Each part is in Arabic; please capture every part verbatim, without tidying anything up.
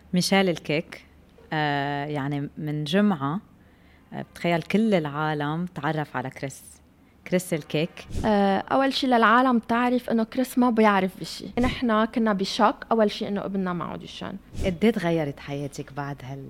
ميشيل الكيك. آه يعني من جمعة آه بتخيل كل العالم تعرف على كريس كريس الكيك. آه أول شيء للعالم تعرف إنه كريس ما بيعرف بشي. نحنا كنا بشك أول شيء إنه ابننا معه دوشان. قديه تغيرت حياتك بعد هال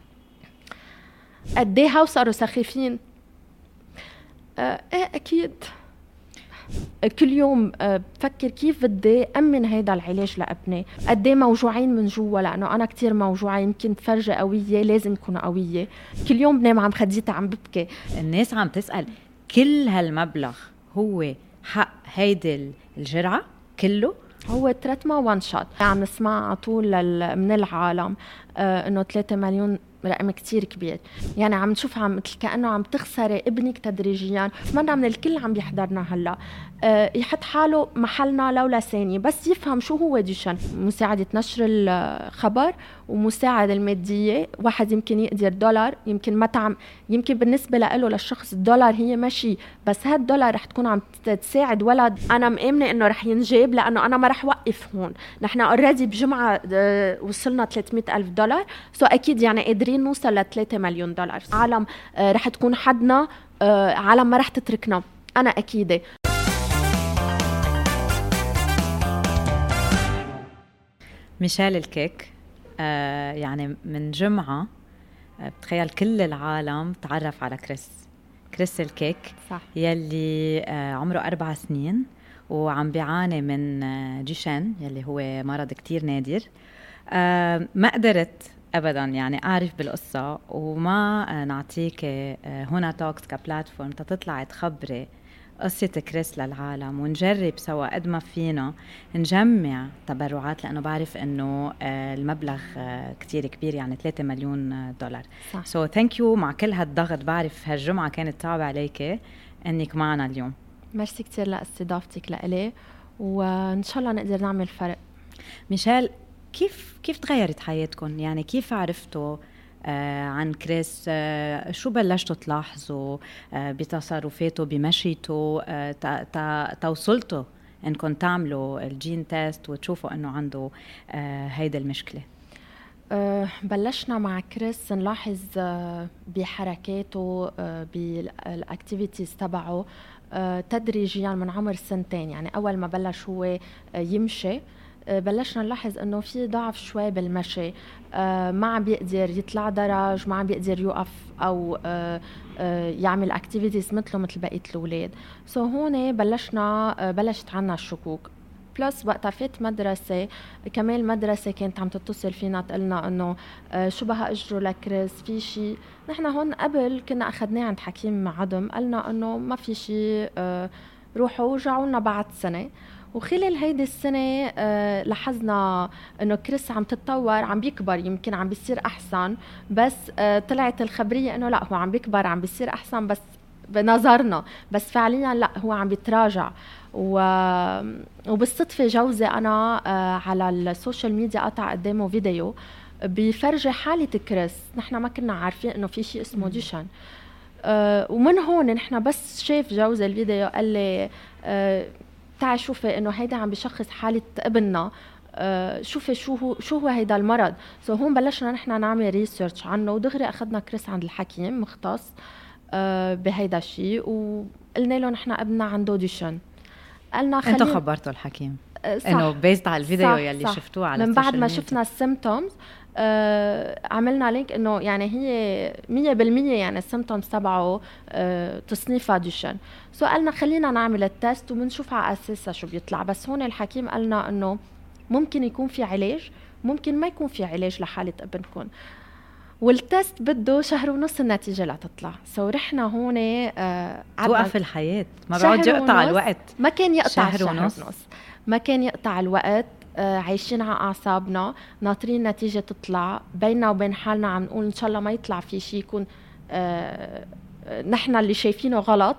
قديه وصاروا سخيفين؟ آه إيه أكيد. كل يوم بفكر كيف بدي أمن هيدا العلاج لابني. قديه موجوعين من جوا لأنه أنا كتير موجوعة، يمكن فرجة قوية لازم يكون قوية. كل يوم بنام عم خديتها عم ببكي. الناس عم تسأل كل هالمبلغ هو حق هيدي الجرعة كله؟ هو تريتما وان شوت. عم نسمع على طول من العالم آه انه ثلاثة مليون رقم كتير كبير، يعني عم نشوفها مثل كأنه عم تخسري ابنك تدريجيا. بتمنى من الكل عم بيحضرنا هلا أه يحط حاله محلنا لولا ثانية، بس يفهم شو هو دوشان. مساعدة نشر الخبر ومساعدة المادية. واحد يمكن يقدر دولار، يمكن ما تعم، يمكن بالنسبة له للشخص الدولار هي ماشي، بس هالدولار رح تكون عم تساعد ولد أنا مأمنة إنه رح ينجاب، لأنه أنا ما رح وقف هون. نحن أوريدي بجمعة أه وصلنا ثلاثمية ألف دولار، سو أكيد يعني قادرين نوصل لثلاثة مليون دولار. عالم أه رح تكون حدنا، أه عالم ما رح تتركنا، أنا أكيدة. ميشيل الكيك. آه يعني من جمعة آه بتخيل كل العالم تعرف على كريس كريس الكيك. صح. يلي آه عمره أربع سنين وعم بيعاني من آه دوشان يلي هو مرض كتير نادر. آه ما قدرت أبداً يعني أعرف بالقصة وما آه نعطيك آه هنا توكس كبلاتفورم تطلع تخبري قصة كريس للعالم ونجرب سوا قد ما فينا نجمع تبرعات، لأنه بعرف أنه المبلغ كتير كبير، يعني ثلاثة مليون دولار. صح. so thank you. مع كل هالضغط بعرف هالجمعة كانت صعبة عليك أنك معنا اليوم. ميرسي كتير لاستضافتك لإلي، وإن شاء الله نقدر نعمل فرق. ميشيل، كيف كيف تغيرت حياتكم؟ يعني كيف عرفتوا آه عن كريس؟ آه شو بلشتوا تلاحظوا آه بتصرفاته بمشيته آه توصلتوا انكم تعملوا الجين تيست وتشوفوا انه عنده آه هيدا المشكلة؟ أه بلشنا مع كريس نلاحظ أه بحركاته أه بالاكتيفيتيز تبعه أه تدريجيا من عمر سنتين. يعني اول ما بلش هو أه يمشي بلشنا نلاحظ انه في ضعف شوي بالمشي، آه ما عم بيقدر يطلع درج، ما عم بيقدر يوقف او آه آه يعمل اكتيفيتيز مثله مثل بقيه الاولاد. سو هون بلشنا آه بلشت عنا الشكوك. بلس وقتها فات مدرسة، كمان المدرسة كانت عم تتصل فينا تقلنا انه آه شو بها اجروا لكريس في شيء. نحن هون قبل كنا اخذناه عند حكيم عظم، قالنا انه ما في شيء، آه روحوا ورجعوا لنا بعد سنة. وخلال هيدي السنة آه لاحظنا انه كريس عم تتطور، عم بيكبر، يمكن عم بيصير احسن، بس آه طلعت الخبرية انه لا، هو عم بيكبر عم بيصير احسن بس بنظرنا، بس فعليا لا، هو عم بيتراجع. و... وبالصدفة جوزي انا آه على السوشيال ميديا قطع قدامه فيديو بيفرجي حالة كريس. نحن ما كنا عارفين انه في شيء اسمه دوشان. آه ومن هون نحن بس شاف جوزي الفيديو قال لي آه تعي شوفي انه هيدا عم بشخص حالة ابننا، آه شوفي شو هو شو هو هيدا المرض. سو هون بلشنا نحن نعمل ريسيرش عنه، ودغري اخذنا كريس عند الحكيم مختص آه بهيدا الشيء، وقلنا له نحن ابننا عنده دوشان. قالنا خلي انتوا خبرتوا الحكيم آه انه بيزد على الفيديو صح يلي صح. شفتوه على من بعد ما ميديا. شفنا السيمتومز آه عملنا لينك انه يعني هي مية بالمية يعني السيمتومز تبعه آه تصنيفها دوشان. سو قالنا خلينا نعمل التست وبنشوف على اساسها شو بيطلع. بس هون الحكيم قالنا انه ممكن يكون في علاج، ممكن ما يكون في علاج لحالة ابنكم، والتست بده شهر ونص النتيجة لتطلع. سو رحنا هون آه توقف الحياة، ما بعد يقطع الوقت. ما كان يقطع شهر, شهر ونص. ونص ما كان يقطع الوقت. آه عايشين على أعصابنا، ناطرين نتيجة تطلع، بيننا وبين حالنا عم نقول إن شاء الله ما يطلع في شيء يكون آه نحن اللي شايفينه غلط.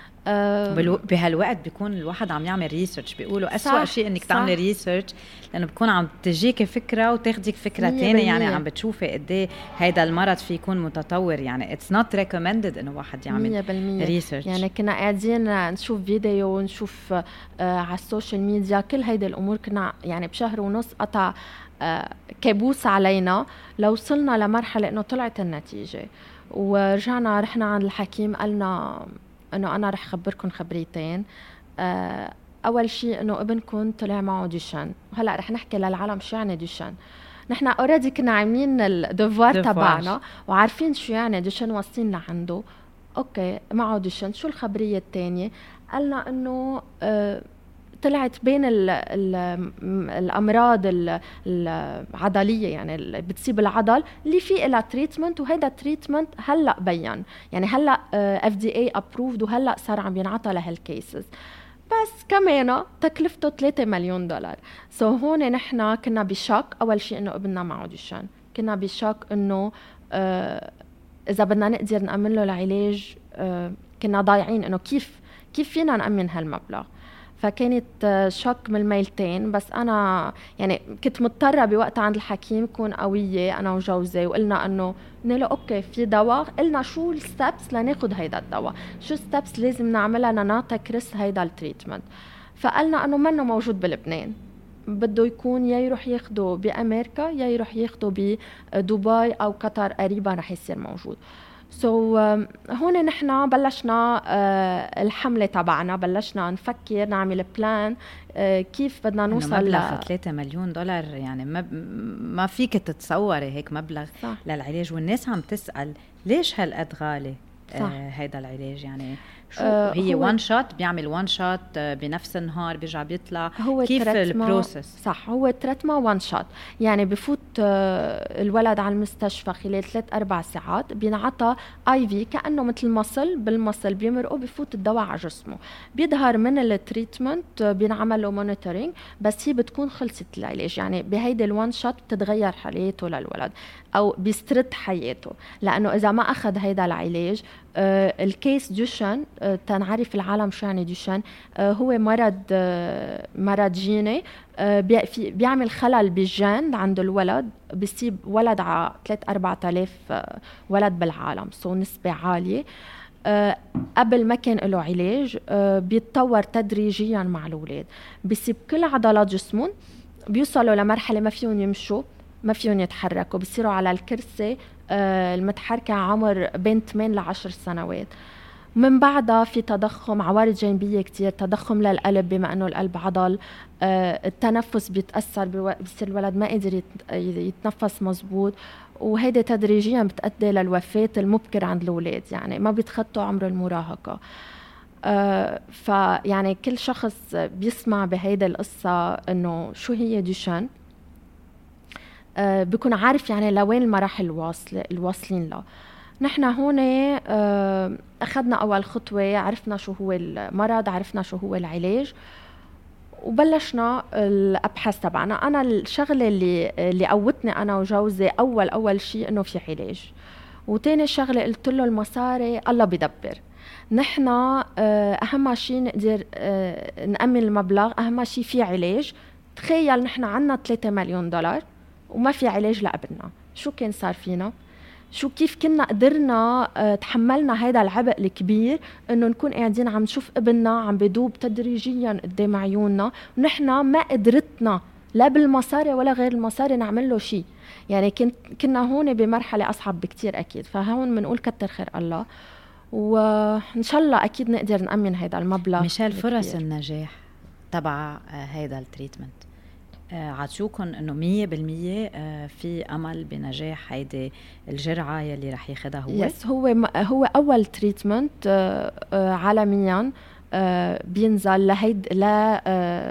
آه بهالوقت بيكون الواحد عم يعمل ريسيرش، بيقولوا أسوأ شيء إنك تعمل ريسيرش، لأنه بيكون عم تجيك فكرة وتاخدك فكرة تانية، يعني عم بتشوفي قديه هيدا المرض في يكون متطور. يعني it's not recommended إنه واحد يعمل ريسيرش. يعني كنا قاعدين نشوف فيديو ونشوف آه على السوشيال ميديا كل هيدا الأمور، كنا يعني بشهر ونص قطع كابوس علينا. لو وصلنا لمرحلة إنه طلعت النتيجة ورجعنا رحنا عند الحكيم قالنا إنه أنا رح خبركم خبريتين. أول شيء إنه ابنكم طلع معه دوشان، وهلأ رح نحكي للعالم شو يعني دوشان. نحن اوريدي كنا عاملين الدوفوار تبعنا وعارفين شو يعني دوشان، واصلين لعنده اوكي معه دوشان. شو الخبريه الثانيه؟ قالنا انه آه طلعت بين ال ال الامراض العضليه يعني اللي بتصيب العضل اللي في لها تريتمنت، وهذا التريتمنت هلا بين يعني هلا اف دي اي ابروفد وهلا صار عم ينعطى لهالكيسز، بس كمان تكلفته ثلاثة مليون دولار. سو so هون نحن كنا بشك. اول شيء انه ابننا معه دوشان، كنا بشك انه آه اذا بدنا نقدر نأمن له العلاج آه كنا ضايعين انه كيف كيف فينا نأمن هالمبلغ. فكانت شك من الميلتين. بس انا يعني كنت مضطره بوقتها عند الحكيم كون قويه انا وجوزي، وقلنا انه قلنا اوكي في دواء، قلنا شو الستبس لناخذ هيدا الدواء، شو الستبس لازم نعملها لنعطي كريس هيدا التريتمنت. فقلنا انه منه موجود بلبنان، بده يكون يا يروح ياخده بامريكا يا يروح ياخده بدبي او قطر، قريبا رح يصير موجود. سو so, هون نحن بلشنا uh, الحملة تبعنا، بلشنا نفكر نعمل بلان uh, كيف بدنا نوصل مبلغ ل ثلاثة مليون دولار يعني ما, ما فيك تتصوري هيك مبلغ صح. للعلاج. والناس عم تسأل ليش هالقد غالي uh, هيدا العلاج يعني شو آه هي وان شوت بيعمل وان شوت بنفس النهار بيرجع بيطلع؟ هو كيف البروسس؟ صح هو التريتما وان شوت يعني بفوت آه الولد على المستشفى خلال ثلاث أربع ساعات بينعطى اي في كأنه مثل مصل بالمصل بيمرقوا بفوت الدواء على جسمه، بيظهر من التريتمنت بينعمل له مونيتورينج بس هي بتكون خلصت العلاج. يعني بهيدي الوان شوت بتتغير حياته للولد او بيسترد حياته، لانه اذا ما اخذ هيدا العلاج آه الكيس دوشان آه تنعرف العالم شو يعني دوشان. آه هو مرض آه مرض جيني آه بي بيعمل خلل بالجين عند الولد، بيصيب ولد على ثلاثة أربعة آلاف آه ولد بالعالم، سو نسبة عالية. آه قبل ما كان له علاج آه بيتطور تدريجيا مع الأولاد، بيصيب كل عضلات جسمهم، بيوصلوا لمرحلة ما فيهم يمشوا ما فيهم يتحركوا، بيصيروا على الكرسي آه المتحركة عمر بين ثمانية لعشر سنوات. من بعدها في تضخم، عوارض جانبية كتير، تضخم للقلب بما أنه القلب عضل، آه التنفس بيتأثر، بيصير الولد ما قادر يتنفس مزبوط، وهيدا تدريجيا بتأدي للوفاة المبكرة عند الأولاد، يعني ما بيتخطوا عمر المراهقة. آه فيعني كل شخص بيسمع بهيدا القصة إنه شو هي دوشان آه بيكون عارف يعني لوين المراحل الواصلة الواصلين له. نحن هون آه أخذنا أول خطوة، عرفنا شو هو المرض، عرفنا شو هو العلاج، وبلشنا الأبحاث تبعنا. أنا الشغلة اللي اللي قوتني أنا وجوزي أول أول شيء إنه في علاج، وتاني شغلة قلت له المصاري الله بيدبر. نحن آه أهم شيء نقدر آه نأمن المبلغ، أهم شيء في علاج. تخيل نحن عنا ثلاثة مليون دولار وما في علاج لابننا، شو كان صار فينا؟ شو كيف كنا قدرنا اه تحملنا هيدا العبء الكبير انه نكون قاعدين عم نشوف ابننا عم بدوب تدريجيا قدام عيوننا، ونحن ما قدرتنا لا بالمصاري ولا غير المصاري نعمل له شيء. يعني كنت كنا هون بمرحله اصعب بكتير اكيد. فهون بنقول كتر خير الله، وان شاء الله اكيد نقدر نأمن هيدا المبلغ. مشان فرص النجاح تبع هيدا التريتمنت عاتشوكن انه مية بالمية في امل بنجاح هيدي الجرعه يلي رح ياخدها هو؟ يس هو هو اول تريتمنت عالميا بينزل لهيد لا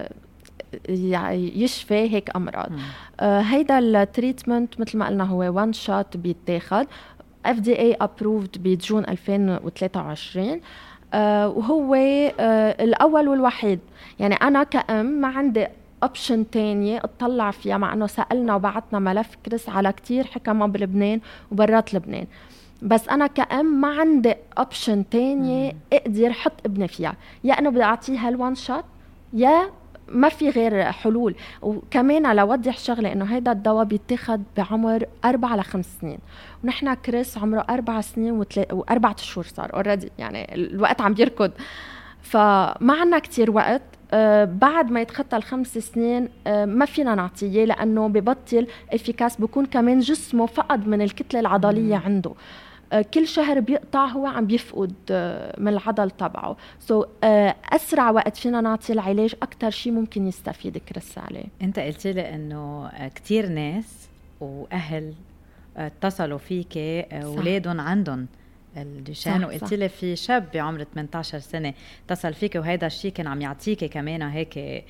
يشفي هيك امراض. هيدا التريتمنت مثل ما قلنا هو وان شوت بيتاخد اف دي اي ابروفد بجون ألفين وثلاثة وعشرين، وهو الاول والوحيد. يعني انا كأم ما عندي اوبشن تانية اطلع فيها، مع انه سألنا وبعتنا ملف كريس على كتير حكمة بلبنان وبرات لبنان، بس انا كأم ما عندي اوبشن تانية اقدر حط ابني فيها، يا انه بدي اعطيها الوان شوت يا ما في غير حلول. وكمان لوضح شغلة انه هيدا الدواء بيتاخد بعمر اربع لخمس سنين، ونحن كريس عمره اربع سنين وتل... واربعة شهور صار اوريدي، يعني الوقت عم بيركض، فما عنا كتير وقت. آه بعد ما يتخطى الخمس سنين آه ما فينا نعطيه لأنه ببطل افيكاس، بكون كمان جسمه فقد من الكتلة العضلية مم. عنده. آه كل شهر بيقطع هو عم بيفقد آه من العضل تبعه. سو so, آه أسرع وقت فينا نعطي العلاج أكتر شيء ممكن يستفيد كريس عليه. أنت قلت لي إنه كتير ناس وأهل اتصلوا فيك أولادهم عندهم الدوشان، وقلت لي في شاب بعمر ثمانية عشر سنة اتصل فيك، وهذا الشيء كان عم يعطيك كمان هيك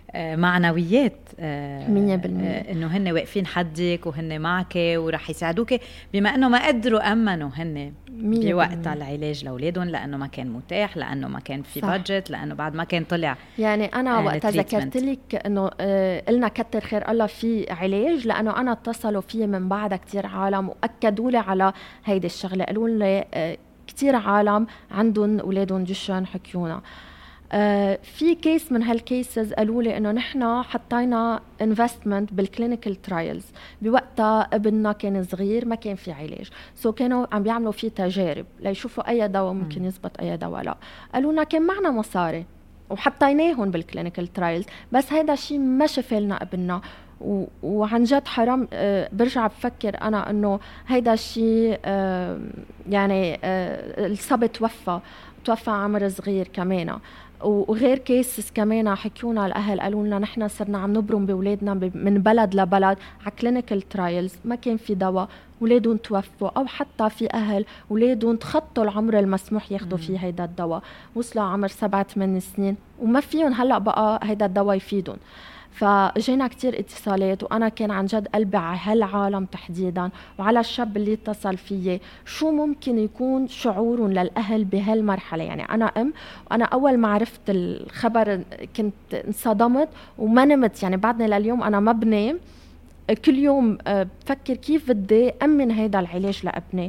معنويات مية بالمية انه هن واقفين حدك وهن معك ورح يساعدوك، بما انه ما قدروا امنوا هن بوقت العلاج لاولادهم، لانه ما كان متاح، لانه ما كان في بادجت، لانه بعد ما كان طلع. يعني انا وقت ذكرت لك انه قلنا كتر خير الله في علاج، لانه انا اتصلوا في من بعد كتير عالم واكدوا لي على هيدي الشغله، قالوا لي كتير عالم عندهم اولادهم دوشن حكيونا. Uh, في كيس من هالكيسز قالوا لي انه نحن حطينا انفستمنت بالكلينيكال ترايلز، بوقتها ابننا كان صغير ما كان في علاج، سو so كانوا عم بيعملوا فيه تجارب ليشوفوا اي دواء ممكن يزبط اي دواء لا. قالوا لنا كان معنا مصاري وحطيناهم بالكلينيكال ترايلز، بس هيدا الشيء ما شفى لنا ابننا. و... وعن جد حرام أه برجع بفكر انا انه هيدا الشيء أه يعني أه الصبي توفى توفى عمر صغير كمان. وغير كيسز كمان حكيونا الاهل قالوا لنا نحن صرنا عم نبرم باولادنا من بلد لبلد على كلينيكال ترايلز، ما كان في دواء، اولادهم توفوا، او حتى في اهل اولادهم تخطوا العمر المسموح ياخذوا فيه هيدا الدواء، وصلوا عمر سبعة ثمان سنين وما فيهم هلا بقى هيدا الدواء يفيدهم. فجينا كتير اتصالات، وأنا كان عن جد قلبي على هالعالم تحديدا وعلى الشاب اللي اتصل فيه، شو ممكن يكون شعورهم للأهل بهالمرحلة. يعني أنا أم، وأنا أول ما عرفت الخبر كنت انصدمت وما نمت، يعني بعدني لليوم أنا ما بنام، كل يوم بفكر كيف بدي أمن هيدا العلاج لأبني.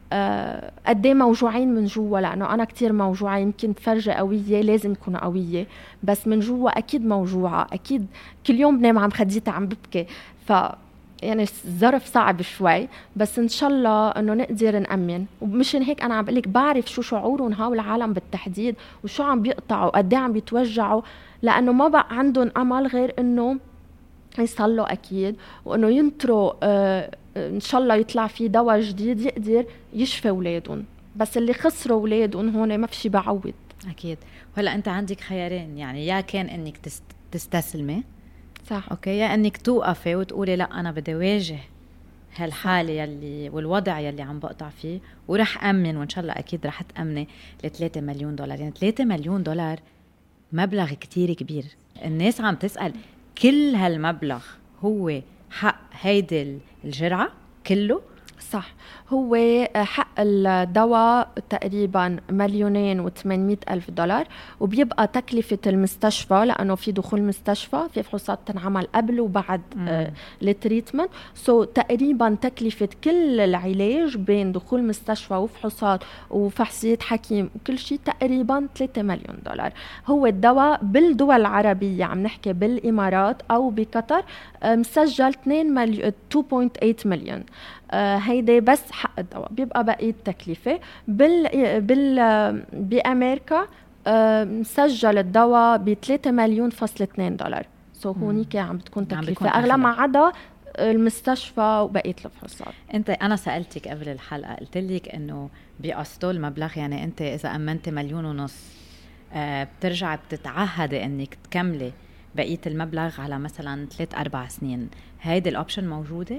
أه قدي موجوعين من جوا، لأنه أنا كتير موجوعة، يمكن فرجة قوية لازم تكون قوية، بس من جوا أكيد موجوعة، أكيد كل يوم بنام عم خديتها عم ببكي. ف يعني الظرف صعب شوي، بس إن شاء الله إنه نقدر نأمن. ومشان هيك أنا عم بقولك بعرف شو شعورهم هاو العالم بالتحديد، وشو عم بيقطعوا قدي عم بيتوجعوا، لأنه ما بقى عندهم أمل غير إنه يصلوا أكيد، وإنه ينطروا آه إن شاء الله يطلع في دواء جديد يقدر يشفي أولادهم. بس اللي خسروا أولادهم هون ما في شي بعوض. أكيد. وهلا أنت عندك خيارين، يعني يا كان إنك تستسلمي، صح، أوكي، يا إنك توقفي وتقولي لا أنا بدي واجه هالحالة يلي والوضع يلي عم بقطع فيه ورح أمن، وإن شاء الله أكيد رح تأمني لثلاثة مليون دولار. يعني ثلاثة مليون دولار مبلغ كتير كبير. الناس عم تسأل كل هالمبلغ هو حق هيدي الجرعة كله؟ صح، هو حق الدواء تقريبا مليونين وثمانمائة ألف دولار، وبيبقى تكلفة المستشفى لأنه في دخول مستشفى، في فحوصات تنعمل قبل وبعد آه التريتمنت، سو تقريبا تكلفة كل العلاج بين دخول مستشفى وفحوصات وفحصية حكيم وكل شيء تقريبا ثلاثة مليون دولار. هو الدواء بالدول العربية عم نحكي بالإمارات أو بقطر آه مسجل اثنين مليون اثنين فاصلة ثمانية مليون. آه هيدا بس حق الدواء، بيبقى بقية التكلفة بال بال بأمريكا آه مسجل الدواء ب ثلاثة مليون فاصل اثنين دولار. سو هونيك عم بتكون تكلفة أغلى ما عدا المستشفى وبقية الفحوصات. أنت أنا سألتك قبل الحلقة قلت لك إنه بقسطوا المبلغ، يعني أنت إذا أمنت مليون ونص آه بترجع بتتعهدي إنك تكملي بقية المبلغ على مثلا ثلاث أربع سنين. هيدي الأوبشن موجودة؟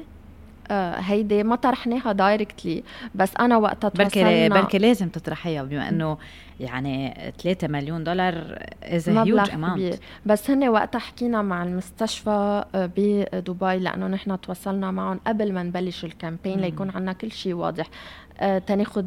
آه هيدي ما طرحناها دايركتلي، بس أنا وقتها توصلنا بركي لازم تطرحيها، بما أنه يعني ثلاثة مليون دولار is a huge amount. بس هن وقتها حكينا مع المستشفى بدبي، لأنه نحن تواصلنا معهم قبل ما نبلش الكامبين ليكون عنا كل شيء واضح. آه تناخد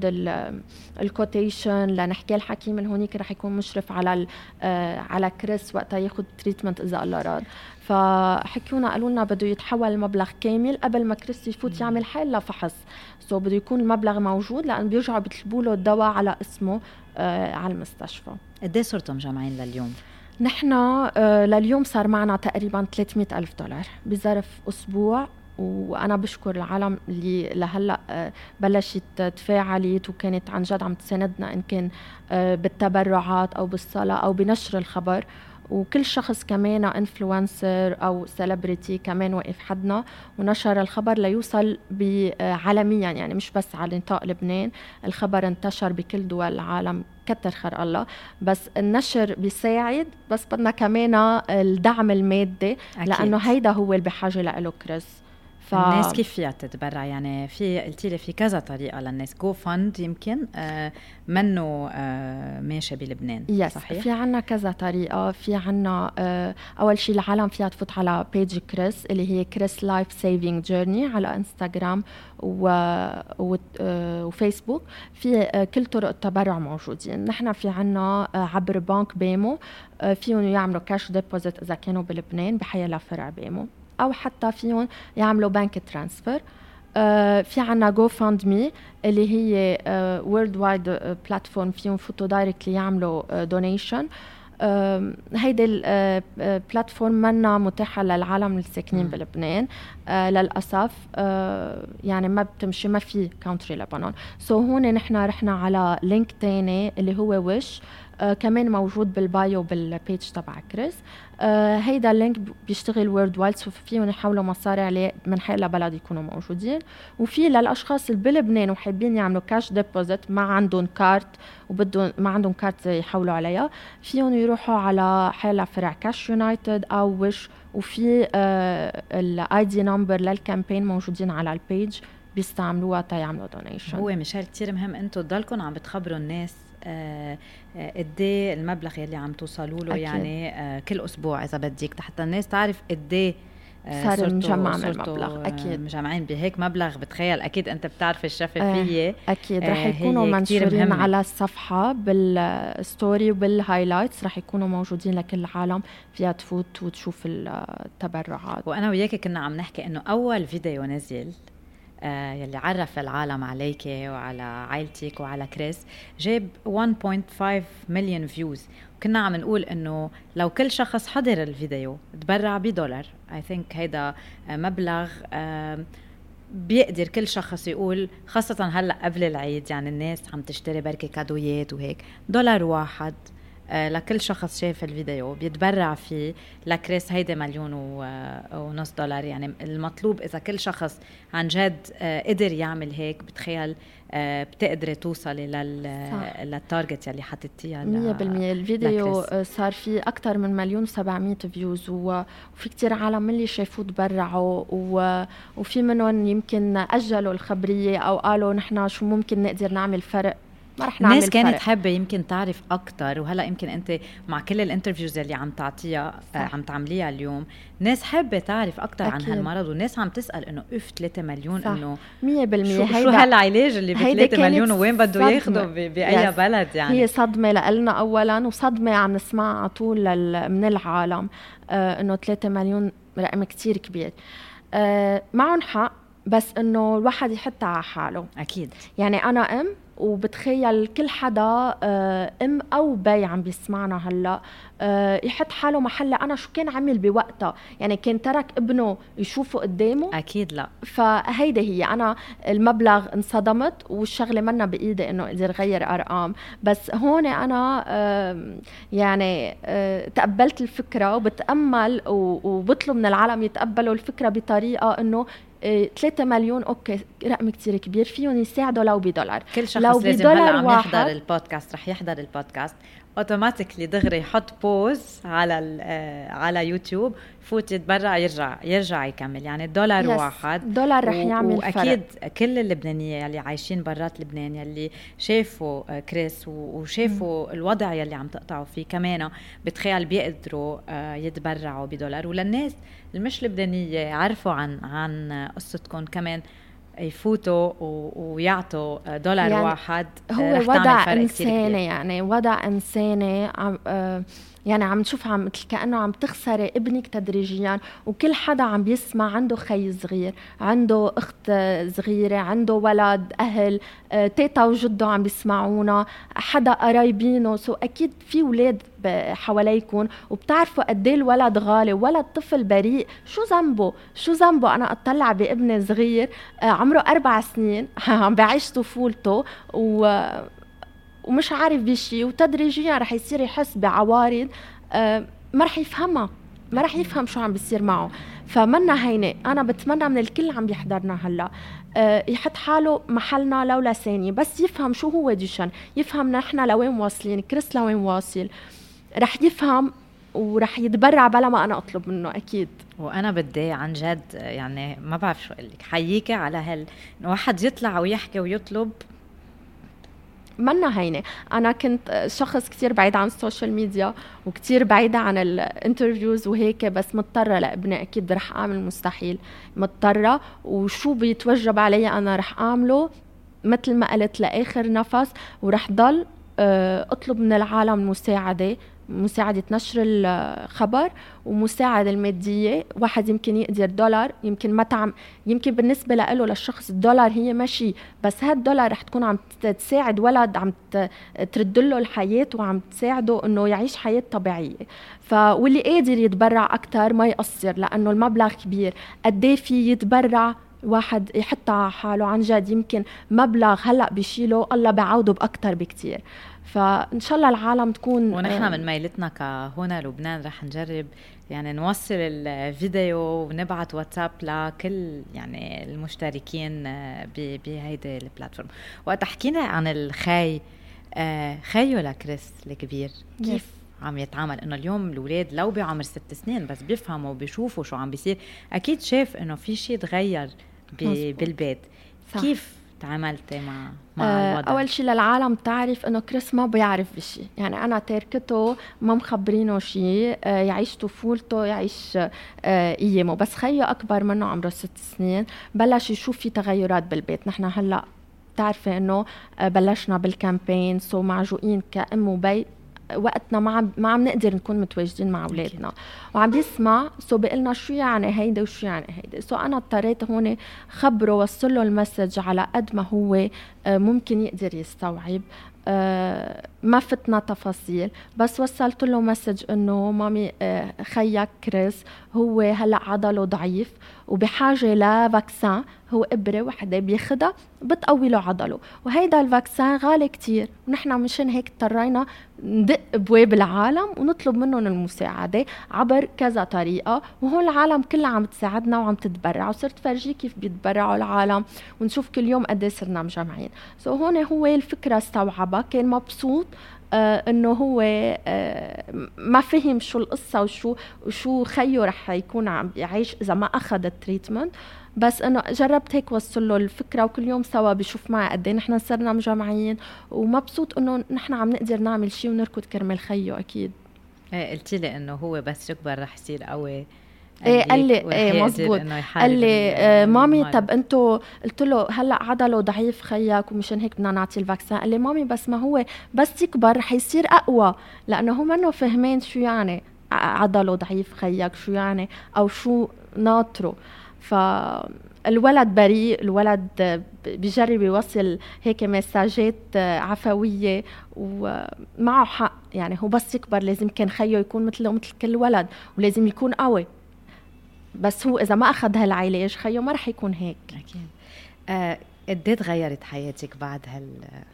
الكوتيشن لنحكي الحكيم اللي هونيك رح يكون مشرف على آه على كريس وقتها ياخد تريتمنت إذا الله راد. فحكيونا قالوا لنا بده يتحول المبلغ كامل قبل ما كريس يفوت يعمل حالة فحص، سو بده يكون المبلغ موجود، لأن بيرجعوا بيطلبوا له الدواء على اسمه آه على المستشفى. قديه صرتم جمعين لليوم؟ نحن آه لليوم صار معنا تقريبا ثلاثمائة ألف دولار بظرف أسبوع، وأنا بشكر العالم اللي لهلأ آه بلشت تفاعلت وكانت عن جد عم تساندنا، إن كان آه بالتبرعات أو بالصلاة أو بنشر الخبر. وكل شخص كمان انفلونسر أو سيلبريتي كمان وقف حدنا ونشر الخبر ليوصل عالميا، يعني مش بس على نطاق لبنان. الخبر انتشر بكل دول العالم كتر خير الله، بس النشر بيساعد، بس بدنا كمان الدعم المادي أكيد. لأنه هيدا هو اللي بحاجة له كريس. ف... الناس كيف فيها تتبرع؟ يعني في قلتي لي في كذا طريقة للناس. جو فاند يمكن آه منه آه ماشي بلبنان يس. صحيح؟ في عنا كذا طريقة. في عنا آه أول شيء العالم فيها تفوت على بيج كريس اللي هي كريس لايف سيفينج جيرني على انستغرام و... و... آه وفيسبوك. في آه كل طرق التبرع موجودين. نحن في عنا آه عبر بنك بيمو، آه فيهم يعملوا كاش ديبوزيت إذا كانوا بلبنان بحي لا فرع بيمو، أو حتى فيهم يعملوا بانك ترانسفير. آه في عنا جو فاند مي اللي هي وورلد وايد بلاتفورم فيهم فوتو دايركتلي يعملوا دونيشن. آه هيدي البلاتفورم منا متاحة للعالم الساكنين بلبنان آه للأسف. آه يعني ما بتمشي، ما في كاونتري لبنان. سو so هون نحن رحنا على لينك تاني اللي هو وش آه كمان موجود بالبايو بالبيج تبع كريس. آه هيدا اللينك بيشتغل وورد وايد، فيهم يحولوا مصاري عليه من حي لبلد يكونوا موجودين. وفي للأشخاص اللي بلبنان وحابين يعملوا كاش ديبوزيت ما عندهم كارت وبدهم ما عندهم كارت يحولوا عليها، فيهم يروحوا على حي فرع كاش يونايتد أو وش، وفي آه الاي دي نمبر للكامبين موجودين على البيج بيستعملوها تا يعملوا دونيشن. هو مشال كتير مهم انتو تضلكم عم بتخبروا الناس آه قديه المبلغ يلي عم توصلوا له يعني آه كل اسبوع اذا بدك، حتى الناس تعرف قديه آه صار مجمع من المبلغ. اكيد مجمعين بهيك مبلغ. بتخيل اكيد انت بتعرف الشفافيه آه اكيد رح يكونوا آه منشورين على الصفحه بالستوري وبالهايلايتس، رح يكونوا موجودين لكل العالم فيها تفوت وتشوف التبرعات. وانا وياك كنا عم نحكي انه اول فيديو نزل آه يلي عرف العالم عليك وعلى عائلتك وعلى كريس جاب واحد فاصلة خمسة مليون فيوز. وكنا عم نقول انه لو كل شخص حضر الفيديو تبرع بدولار، I think هيدا مبلغ آه بيقدر كل شخص يقول، خاصة هلأ قبل العيد يعني الناس عم تشتري بركة كادويات وهيك، دولار واحد آه لكل شخص شاف الفيديو بيتبرع فيه لكريس. هيدا مليون ونص دولار. يعني المطلوب إذا كل شخص عن جد آه قدر يعمل هيك، بتخيل آه بتقدري توصلي للتارجت يلي حطيتيها مية بالمية. الفيديو لكريس صار فيه أكتر من مليون وسبعمية فيوز، وفي كتير عالم اللي شافوه تبرعوا، وفي منهم يمكن أجلوا الخبرية أو قالوا نحنا شو ممكن نقدر نعمل فرق. الناس كانت حابة يمكن تعرف أكتر، وهلأ يمكن أنت مع كل الانترفيوز اللي عم تعطيها عم تعمليها اليوم، ناس حابة تعرف أكتر أكيد. عن هالمرض، والناس عم تسأل إنه إف ثلاثة مليون إنه مية بالمية شو, شو هالعلاج اللي بثلاثة مليون وين بده ياخده بأي يس. بلد يعني. هي صدمة لنا أولا، وصدمة عم نسمع على طول من العالم آه إنه ثلاثة مليون رقم كتير كبير. آه معهم حق، بس إنه الواحد يحط على حاله أكيد. يعني أنا أم، وبتخيل كل حدا ام او بي عم بيسمعنا هلا يحط حاله محل انا شو كان عمل بوقتها. يعني كان ترك ابنه يشوفه قدامه؟ اكيد لا. فهيدا هي انا المبلغ انصدمت، والشغله منا بايدي انه اقدر غير ارقام، بس هون انا يعني تقبلت الفكره وبتامل وبطلب من العالم يتقبلوا الفكره بطريقه انه ثلاثة مليون اوكي رقم كتير كبير، فيهم يساعدوا لو بدولار. كل شخص لو لازم هلا عم يحضر البودكاست رح يحضر البودكاست اوتوماتيكلي دغري يحط بوز على على يوتيوب، فوت يتبرع يرجع يرجع يكمل. يعني الدولار واحد دولار رح يعمل فرق. واكيد كل اللبنانيه يلي عايشين برات لبنان يلي شافوا كريس وشافوا م. الوضع يلي عم تقطعوا فيه كمان بتخيل بيقدروا يتبرعوا بدولار. وللناس المش لبنانيه عرفوا عن عن قصتكم كمان يفوتوا ويعطوا دولار يعني واحد. هو وضع إنساني، يعني وضع إنساني عم آه يعني عم نشوف عم مثل كأنه عم تخسري ابنك تدريجيا. وكل حدا عم بيسمع عنده خي صغير، عنده أخت صغيرة، عنده ولد، أهل آه تيتا وجده عم بيسمعونا، حدا قرايبينه. سو أكيد في ولاد حواليكم وبتعرفوا قد ايه الولد غالي، ولد طفل بريء، شو ذنبه شو ذنبه انا اطلع بابني صغير عمره اربع سنين عم بعيش طفولته و ومش عارف بشي، وتدريجيا رح يصير يحس بعوارض ما رح يفهمها، ما رح يفهم شو عم بيصير معه. فمنا هينة أنا بتمنى من الكل عم بيحضرنا هلأ أه يحط حاله محلنا لولا ثانية، بس يفهم شو هو دوشن، يفهم نحن لوين واصلين، كريس لوين واصل، رح يفهم ورح يتبرع بلا ما أنا أطلب منه أكيد. وأنا بدي عن جد يعني ما بعرف شو أقولك، حييكي على هال إنه واحد يطلع ويحكي ويطلب. منا هينة. أنا كنت شخص كتير بعيد عن السوشيال ميديا وكتير بعيدة عن الانترفيوز وهيك، بس مضطرة لابني أكيد رح أعمل مستحيل، مضطرة وشو بيتوجب علي أنا رح أعمله مثل ما قلت لآخر نفس، ورح ضل أطلب من العالم مساعدة، مساعدة نشر الخبر ومساعدة المادية. واحد يمكن يقدر دولار، يمكن ما تعم، يمكن بالنسبة له للشخص الدولار هي ماشي، بس هاد الدولار رح تكون عم تساعد ولد، عم تردله الحياة وعم تساعده انه يعيش حياة طبيعية. فواللي قادر يتبرع اكتر ما يقصر، لانه المبلغ كبير. قديه في يتبرع واحد يحط على حاله عن جد، يمكن مبلغ هلأ بيشيله الله بعوضه بأكتر بكتير. فإن شاء الله العالم تكون. ونحن من ميلتنا كهنا لبنان رح نجرب يعني نوصل الفيديو ونبعت واتساب لكل يعني المشتركين بهيدي البلاتفورم. وقت حكينا عن الخي خيو لكريس الكبير كيف yes. عم يتعامل انه اليوم الأولاد لو بعمر ست سنين بس بيفهموا وبيشوفوا شو عم بيصير، اكيد شاف انه في شيء تغير بالبيت. صح. كيف تعاملتي مع مع آه الوضع؟ اول شيء للعالم تعرف انه كريس ما بيعرف بشيء، يعني انا تركته ما مخبرينه شيء، آه يعيش طفولته، يعيش آه ايامه. بس خيه اكبر منه عمره ست سنين بلش يشوف في تغيرات بالبيت. نحن هلا تعرفي انه آه بلشنا بالكامبين، سو معجوقين كأم وبي، وقتنا ما عم ما عم نقدر نكون متواجدين مع اولادنا، وعم بيسمع سو بيقلنا شو يعني هيدا وشو يعني هيدا. سو انا اضطريت هون خبره وصل له المسج على قد ما هو ممكن يقدر يستوعب. أه ما فتنا تفاصيل، بس وصلت له مسج انه مامي أه خيك كريس هو هلا عضله ضعيف وبحاجه لفاكسان، هو ابره وحده بياخدها بتقوي له عضله، وهيدا الفاكسان غالي كتير، ونحن مشان هيك اضطرينا ندق بواب العالم ونطلب منهم المساعده عبر كذا طريقه. وهون العالم كلها عم تساعدنا وعم تتبرع، وصرت فرجي كيف بيتبرعوا العالم ونشوف كل يوم قد ايه صرنا مجمعين. سو هون هو الفكره استوعبها، كان مبسوط آه انه هو آه ما فهم شو القصه وشو وشو خيه رح يكون عم يعيش اذا ما اخذ التريتمنت، بس انه جربت هيك وصل له الفكره، وكل يوم سوا بشوف معي قد ايه نحن صرنا مجمعين، ومبسوط انه نحن عم نقدر نعمل شيء ونركض كرمال خيه. اكيد ايه قلتي لي انه هو بس يكبر رح يصير قوي. ايه قال لي ايه مزبوط، قال لي آه مامي طب انتو، قلت له هلا عضله ضعيف خيك ومشان هيك بدنا نعطي الفاكسين. قال لي مامي بس ما هو بس يكبر رح يصير اقوى، لانه هو منه فهمين شو يعني عضله ضعيف خيك، شو يعني او شو ناطره. فالولد بريء، الولد بيجرب يوصل هيك مساجات عفويه ومعه حق، يعني هو بس يكبر لازم كان خيه يكون مثله مثل كل ولد ولازم يكون قوي، بس هو إذا ما أخذ هالعلاج خيه ما رح يكون هيك. أكيد. آه، قديه تغيرت حياتك بعد هال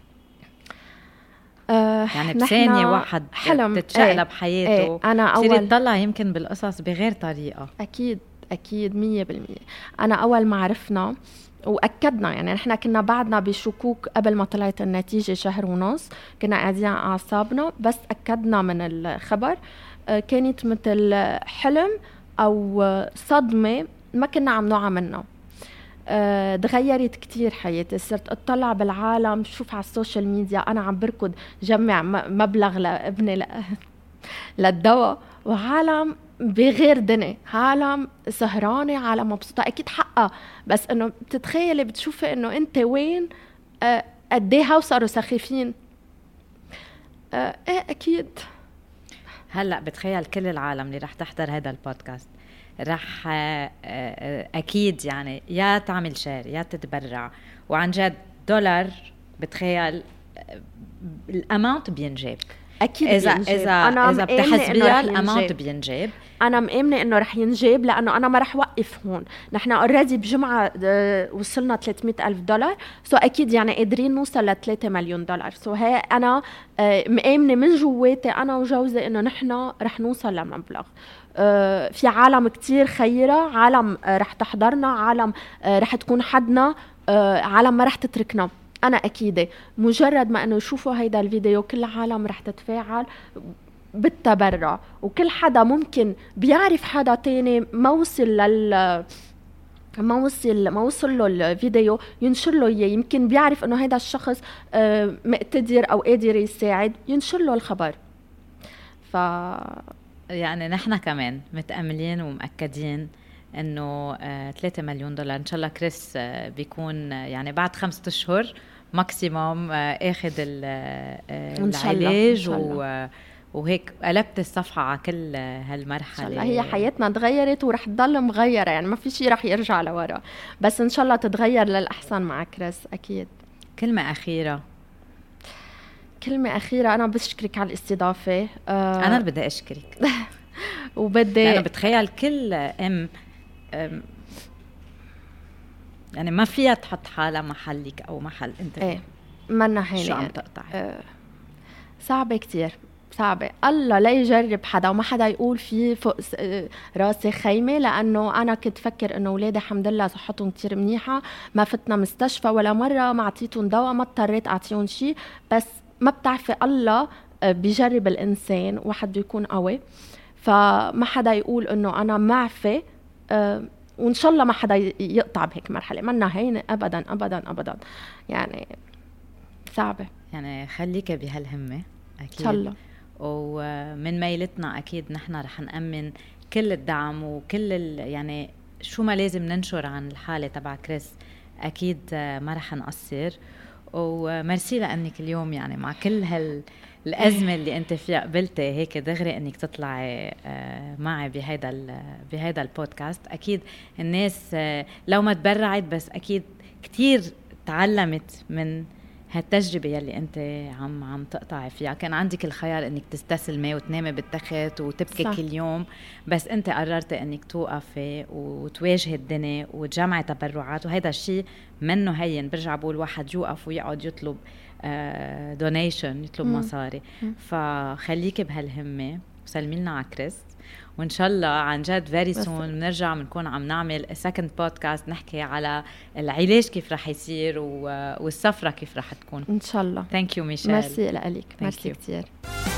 آه يعني بثانية واحد حلم تتشقلب ايه حياته ايه. أنا أول تصيري تطلع يمكن بالقصص بغير طريقة. أكيد أكيد مية بالمية. أنا أول ما عرفنا وأكدنا، يعني نحن كنا بعدنا بشكوك قبل ما طلعت النتيجة شهر ونص، كنا قاعدين على أعصابنا، بس أكدنا من الخبر. آه كانت مثل حلم أو صدمة ما كنا عم نوعى منها. أه تغيرت كتير حياتي، صرت اطلع بالعالم، شوف على السوشيال ميديا أنا عم بركض جمع مبلغ لابني ل... للدواء، وعالم بغير دنيا، عالم سهرانة، عالم مبسوطة، أكيد حقها، بس إنه بتتخيلي بتشوفي إنه أنت وين، أه قديها وصاروا سخيفين. أه إيه أكيد. هلأ بتخيل كل العالم اللي رح تحضر هذا البودكاست رح أكيد يعني يا تعمل شير يا تتبرع، وعن جد دولار بتخيل الأماونت بينجاب. اكيد اذا بينجاب. اذا أنا اذا مآمنة إنه بتحسبيها رح الاماونت ينجاب. بينجاب. انا مآمنه انه رح ينجاب لانه انا ما رح وقف هون. نحن اوريدي بجمعه آه، وصلنا ثلاثمية ألف دولار، سو اكيد يعني قادرين نوصل ل ثلاثة مليون دولار. سو هي انا آه، مآمنه من جواتي انا وجوزي انه نحن رح نوصل لمبلغ. آه، في عالم كتير خيرة، عالم آه، رح تحضرنا، عالم آه، رح تكون حدنا، آه، عالم ما رح تتركنا. انا اكيده مجرد ما انه يشوفوا هيدا الفيديو كل عالم رح تتفاعل بالتبرع، وكل حدا ممكن بيعرف حدا تاني ما وصل لل ما وصل ما وصل له الفيديو ينشر له اياه. يمكن بيعرف انه هذا الشخص آه، مقتدر او قادر يساعد، ينشر له الخبر. ف يعني نحن كمان متأملين ومأكدين انه آه ثلاثة مليون دولار ان شاء الله كريس آه بيكون آه يعني بعد خمسة اشهر ماكسيموم آه اخذ آه العلاج، و وهيك قلبت الصفحة على كل هالمرحلة. إن شاء الله هي حياتنا تغيرت ورح تضل مغيرة، يعني ما في شيء رح يرجع لورا، بس إن شاء الله تتغير للأحسن مع كريس أكيد. كلمة أخيرة. كلمة أخيرة، أنا بشكرك على الاستضافة. آه أنا بدي أشكرك وبدي أنا بتخيل كل أم يعني ما فيها تحط حالها محلك أو محل أنت. إيه منا هيني شو عم تقطع. آه صعبة كتير، صعبة. الله لا يجرب حدا وما حدا يقول فيه فوق راسي خيمة، لأنه أنا كنت فكر إنه أولادي الحمد لله صحتهم كتير منيحة، ما فتنا مستشفى ولا مرة، ما عطيتهم دواء، ما اضطريت أعطيهم شيء. بس ما بتعرفي الله بيجرب الإنسان، واحد بيكون قوي. فما حدا يقول إنه أنا معفي، أه وإن شاء الله ما حدا يقطع بهيك مرحلة. منا هين أبدا أبدا أبدا، يعني صعبة. يعني خليك بهالهمة أكيد إن شاء الله. ومن ميلتنا أكيد نحن رح نأمن كل الدعم وكل يعني شو ما لازم ننشر عن الحالة تبع كريس أكيد ما رح نقصر. ومرسي لأنك اليوم يعني مع كل هالأزمة اللي أنت فيها قبلتي هيك دغري أنك تطلعي معي بهيدا بهيدا البودكاست. أكيد الناس لو ما تبرعت بس أكيد كتير تعلمت من هالتجربة يلي أنت عم عم تقطعي فيها. كان عندك الخيار أنك تستسلمي وتنامي بالتخت وتبكي صح. كل يوم، بس أنت قررتي أنك توقفي وتواجهي الدنيا وتجمعي تبرعات، وهذا الشيء منه هين. برجع بقول واحد يوقف ويقعد يطلب دونيشن، يطلب مم. مصاري. مم. فخليكي بهالهمة وسلمي لنا على كريس، وإن شاء الله عن جد very soon بنرجع بنكون عم نعمل second podcast نحكي على العلاج كيف رح يصير والسفرة كيف رح تكون إن شاء الله. thank you ميشيل. ميرسي لك، ميرسي كتير.